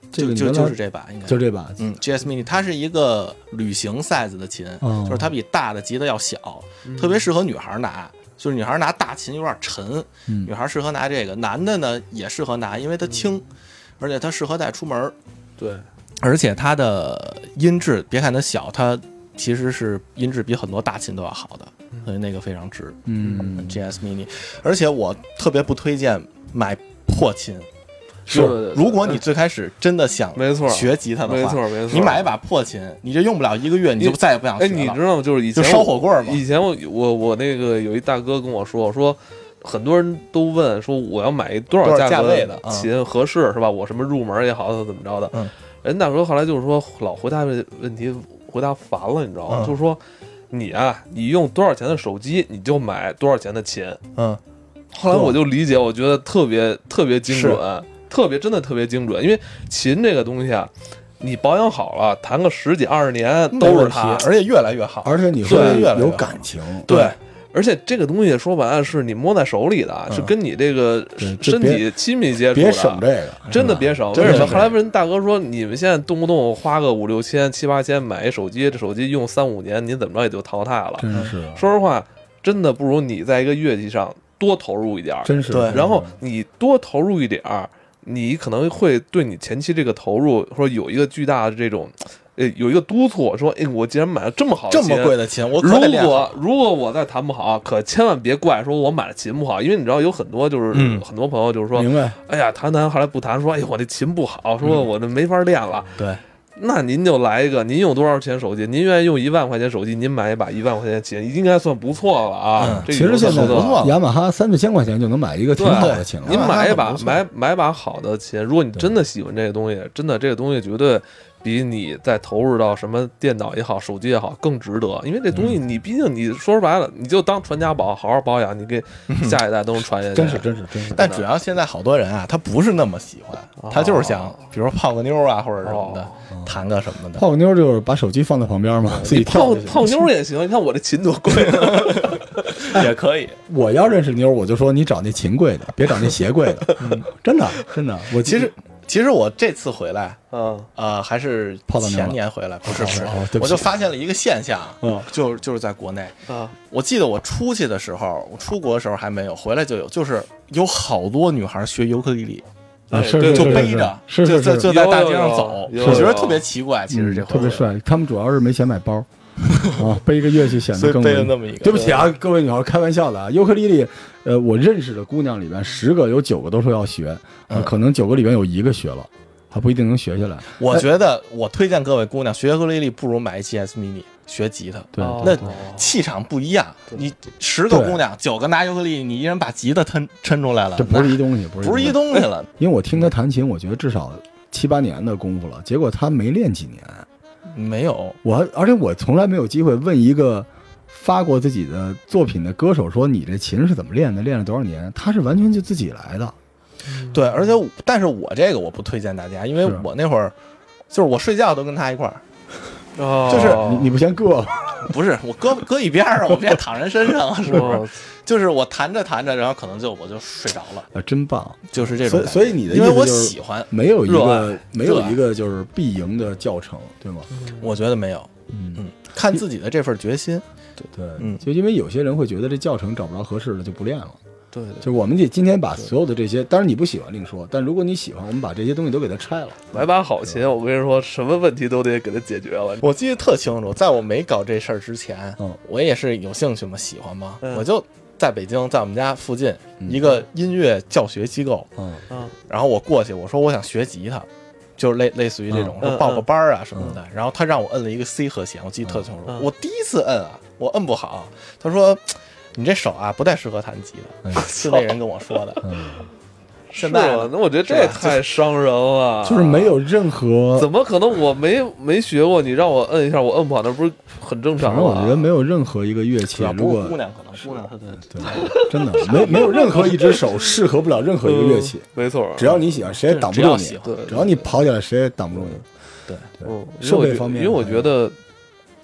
这个就是这把，应该就这把 GS Mini 它是一个旅行 size 的琴，就是它比大的吉他要小，特别适合女孩拿。就是女孩拿大琴有点沉，女孩适合拿这个，男的呢也适合拿，因为它轻，而且它适合带出门。 对， 而且它的音质，别看它小，它其实是音质比很多大琴都要好的，所以那个非常值。GS Mini， 而且我特别不推荐买破琴。 是， 如果你最开始真的想学吉他的话， 没错， 你买一把破琴，你这用不了1个月，你就再也不想学了。 你知道吗？就是以前就烧火棍嘛。 以前我那个有一大哥跟我说，很多人都问说我要买多少价位的琴合适是吧？我什么入门也好，怎么着的。人大哥后来就是说老回答问题回答烦了，你知道吗？就是说你用多少钱的手机，你就买多少钱的琴。后来我就理解，我觉得特别精准。真的特别精准，因为琴这个东西你保养好了，弹个10几20年都是它， 而且越来越好， 而且你会有感情。 对，而且这个东西说白了是你摸在手里的，是跟你这个身体亲密接触的。 别省这个， 真的别省。为什么？后来人大哥说，你们现在动不动花个5、6千、7、8千买一手机，这手机用3、5年，你怎么着也就淘汰了。 真是， 说实话，真的不如你在一个乐器上多投入一点。 真是， 然后你多投入一点。你可能会对你前期这个投入说有一个巨大的这种，有一个督促，说，我既然买了这么好的琴， 这么贵的琴，我如果我再弹不好，可千万别怪说我买了琴不好，因为你知道有很多就是很多朋友就是说， 明白， 哎呀弹后来不弹，说我这琴不好，说我这没法练了， 对。 那您就来一个，您用多少钱手机？您愿意用1万块钱手机，您买一把1万块钱的琴，应该算不错了啊。 其实现在雅马哈3、4千块钱就能买一个挺好的琴了。 您买一把买把好的琴，如果你真的喜欢这个东西，真的这个东西绝对比你再投入到什么电脑也好、手机也好更值得。因为这东西你毕竟你说白了，你就当传家宝，好好保养，你给下一代都能传下去。 真是。 但主要现在好多人他不是那么喜欢，他就是想，比如说泡个妞或者什么的。弹个什么的， 泡个妞就是把手机放在旁边嘛，自己泡妞也行。你看我这琴多贵， 也可以。 我要认识妞，我就说你找那琴贵的，别找那鞋贵的。真的。 我其实我这次回来，还是前年回来，不是，我就发现了一个现象，就是在国内，我记得我出去的时候，我出国的时候还没有，回来就有，就是有好多女孩学尤克里里。就背着，就在大街上走，我觉得特别奇怪。其实这特别帅，他们主要是没钱买包背一个乐器显得更背了那么一个。 对不起啊，各位女孩，开玩笑的啊。尤克里里，我认识的姑娘里边10个有9个都说要学，可能9个里边有1个学了，还不一定能学下来。 我觉得我推荐各位姑娘学尤克里里，不如买一 GS Mini。学吉他， 对， 那气场不一样。你10个姑娘，9个拿尤克里里，你一人把吉他抻出来了， 这不是一东西， 不是一东西了。 因为我听他弹琴，我觉得至少7、8年的功夫了，结果他没练几年， 没有。 而且我从来没有机会问一个发过自己的作品的歌手说你这琴是怎么练的，练了多少年？他是完全就自己来的。 对，而且但是我这个我不推荐大家，因为我那会儿就是我睡觉都跟他一块儿。就是你不嫌硌？ 不是，我搁一边啊，我别躺人身上，是不是？就是我弹着，然后可能我就睡着了。 真棒， 就是这种。 所以你的意思因为我喜欢， 没有一个就是必赢的教程，对吗？ 我觉得没有。看自己的这份决心。 对，就因为有些人会觉得这教程找不着合适的就不练了。 对， 就我们今天把所有的这些，当然你不喜欢另说，但如果你喜欢，我们把这些东西都给它拆了， 买把好琴，我跟你说，什么问题都得给它解决了。 我记得特清楚，在我没搞这事儿之前，我也是有兴趣嘛，喜欢嘛，我就在北京，在我们家附近一个音乐教学机构，然后我过去，我说我想学吉他，就是类似于这种报个班啊什么的，然后他让我摁了一个 C 和弦，我记得特清楚，我第一次摁我摁不好，他说。你这手不太适合弹吉他，是那人跟我说的。现在那我觉得这也太伤人了， 就是没有任何， 怎么可能？我没学过，你让我摁一下，我摁不好，那不是很正常吗？ 我觉得没有任何一个乐器，如果姑娘可能姑娘她对，真的没有任何一只手适合不了任何一个乐器， 没错， 只要你喜欢，谁也挡不住你，只要你跑起来，谁也挡不住你。 对， 设备方面， 因为我觉得。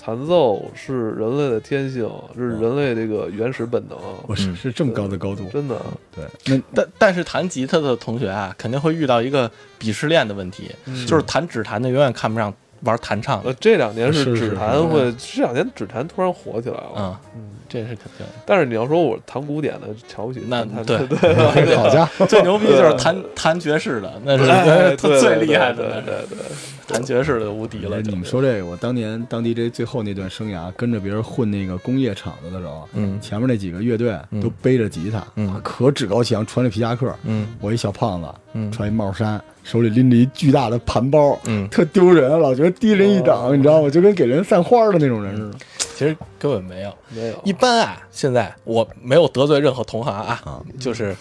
弹奏是人类的天性，是人类这个原始本能。 是这么高的高度， 真的。 对， 但是弹吉他的同学啊，肯定会遇到一个鄙视链的问题，就是弹指弹的永远看不上玩弹唱的。 这2年是指弹会，这2年指弹突然火起来了。 这是肯定的。 但是你要说我弹古典的，瞧不起那对， 好家伙， 最牛逼就是弹爵士的，那是最厉害的。 对， 弹爵士的无敌了。 你们说这个，我当年当 DJ 最后那段生涯，跟着别人混那个工业厂子的时候，前面那几个乐队都背着吉他，可趾高气扬，穿着皮夹克，我一小胖子，穿一帽衫，手里拎着一巨大的盘包，特丢人，老觉得低人一等，你知道吗？就跟给人散花的那种人似的。 其实根本没有。一般啊，现在我没有得罪任何同行啊，就是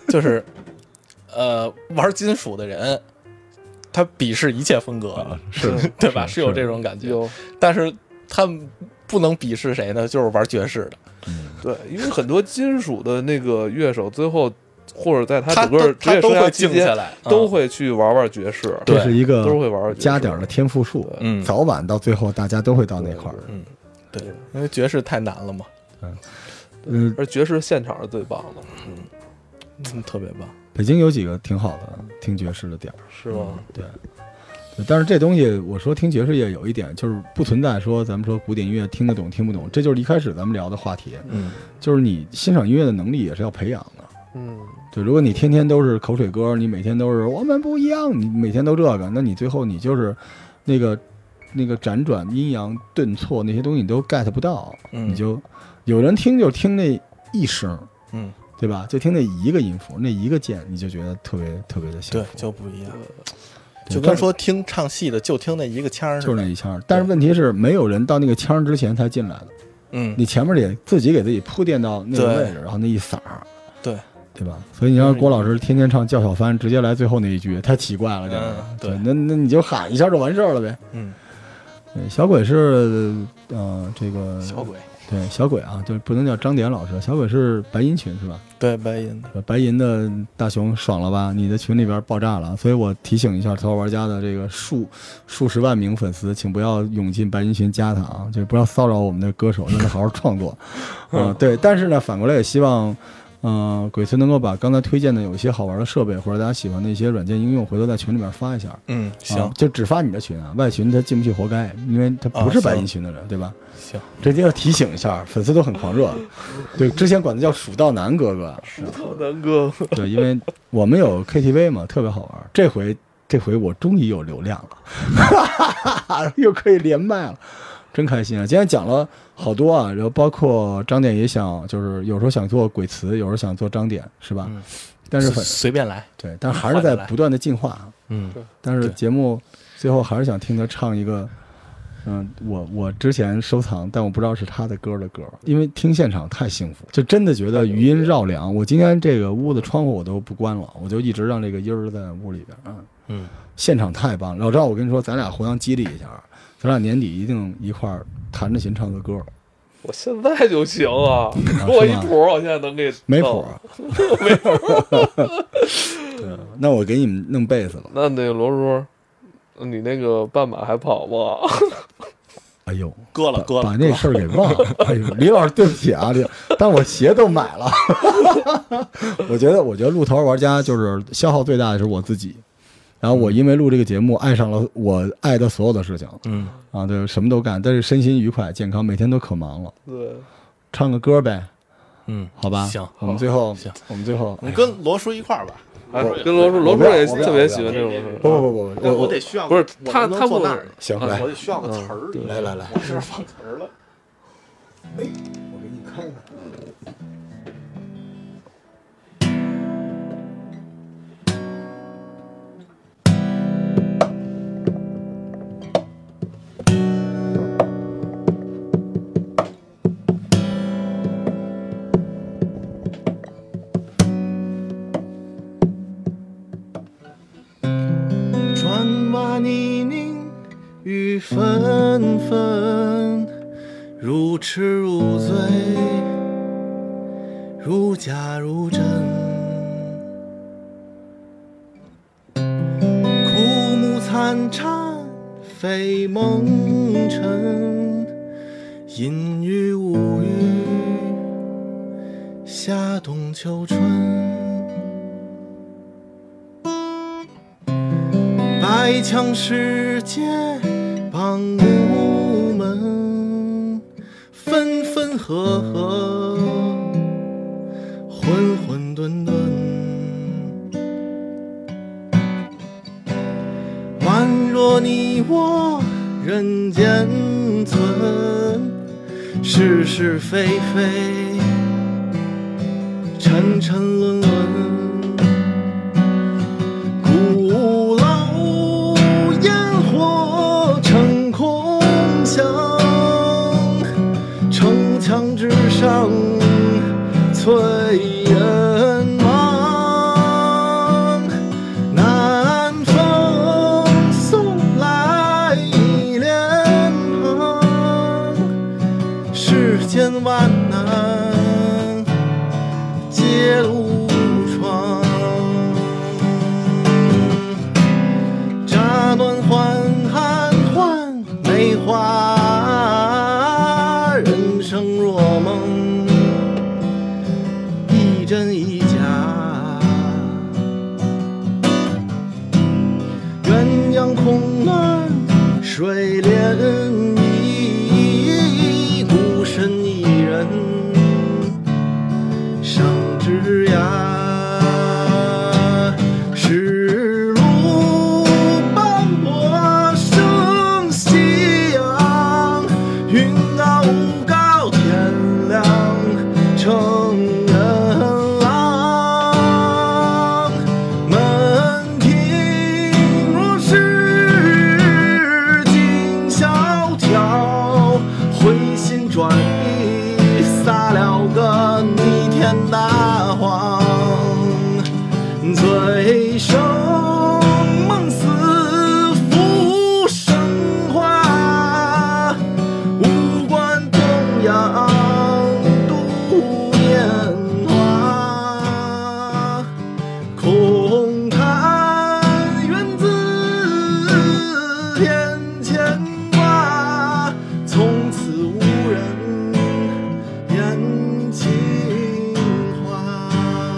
玩金属的人，他鄙视一切风格， 是对吧？是有这种感觉，但是他不能鄙视谁呢？就是玩爵士的。 对，因为很多金属的那个乐手最后。或者在他整个职业生涯期间，都会去玩爵士， 这是一个都会玩加点的天赋树，早晚到最后大家都会到那块儿。 对，因为爵士太难了嘛。 而爵士现场是最棒的， 特别棒。 北京有几个挺好的听爵士的点儿， 是吗？ 对。但是这东西，我说听爵士乐有一点就是不存在说咱们说古典音乐听得懂听不懂，这就是一开始咱们聊的话题。就是你欣赏音乐的能力也是要培养的。对，如果你天天都是口水歌，你每天都是我们不一样，你每天都这个，那你最后你就是那个辗转阴阳顿挫那些东西你都 get 不到，你就有人听就听那一声，对吧？就听那一个音符，那一个键，你就觉得特别特别的幸福， 对，就不一样。就跟说听唱戏的就听那一个腔， 就是那一腔。但是问题是，没有人到那个腔之前才进来的。你前面得自己给自己铺垫到那个位置，然后那一嗓，对吧？所以你让郭老师天天唱叫小帆，直接来最后那一句，太奇怪了，这个。对，那你就喊一下就完事儿了呗。小鬼是这个小鬼， 对小鬼啊，就不能叫张典老师，小鬼是白银群是吧？ 对，白银的， 白银的大熊爽了吧？你的群里边爆炸了，所以我提醒一下头号玩家的这个数十万名粉丝，请不要涌进白银群加他啊，就不要骚扰我们的歌手，让他好好创作。对，但是呢，反过来也希望。鬼村能够把刚才推荐的有一些好玩的设备或者大家喜欢的一些软件应用，回头在群里面发一下。 行， 就只发你的群啊，外群他进不去活该，因为他不是白银群的人，对吧？ 行， 这就要提醒一下，粉丝都很狂热。对，之前管他叫蜀道难哥哥， 蜀道难哥。 对，因为我们有 KTV 嘛，特别好玩。这回我终于有流量了，又可以连麦了。真开心啊！今天讲了好多啊，然后包括张典也想，就是有时候想做鬼词，有时候想做张典，是吧？但是随便来， 对，但还是在不断的进化。但是节目最后还是想听他唱一个，我之前收藏，但我不知道是他的歌，因为听现场太幸福，就真的觉得余音绕梁。我今天这个屋的窗户我都不关了，我就一直让这个音儿在屋里边。现场太棒了，老赵，我跟你说，咱俩互相激励一下。咱俩年底一定一块儿弹着琴唱个歌。 我现在就行啊，给我一谱，我现在能给没谱， 没谱。 对，那我给你们弄贝斯了。 那个罗叔，你那个半马还跑吗？ 哎呦， 割了， 把那事儿给忘了。哎呦，李老师，对不起啊，但我鞋都买了。我觉得路头玩家就是消耗最大的是我自己。然后我因为录这个节目爱上了我爱的所有的事情，对，什么都干，但是身心愉快健康，每天都可忙了。 对， 唱个歌呗，好吧， 行， 我们最后， 你跟罗叔一块儿吧， 跟罗叔也特别喜欢这种事。 不， 我得需要， 不是他坐那儿， 行，来， 我得需要个词儿， 来， 我这放词儿了， 哎，我给你看看。 雨纷纷，如痴如醉，如假如真。枯木残蝉，飞蒙尘， 阴雨无雨，夏冬秋春，白墙世界傍木门，分分合合，混混沌沌，宛若你我人间存，是是非非，沉沉沦沦，古老烟火成空想，城墙之上催人忙，南风送来脸庞，世间万难皆路闯，乍暖还寒换梅花，人生若梦一真一假，鸳鸯空暖水涟漪，孤身一人上枝桠，是路斑驳生夕阳，云高雾高天亮成人郎，门庭若是今萧条，回心转意撒了个逆天大谎，醉生梦死浮生花，无关东阳度年华，空谈缘自天牵挂，从此无人言情话，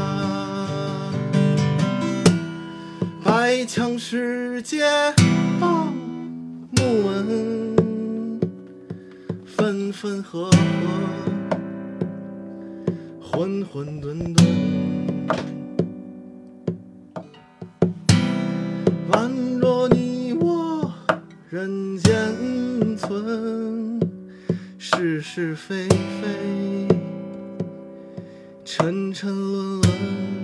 白墙世界傍木门，分分合合，混混沌沌，宛若你我人间存，是是非非，沉沉沦沦。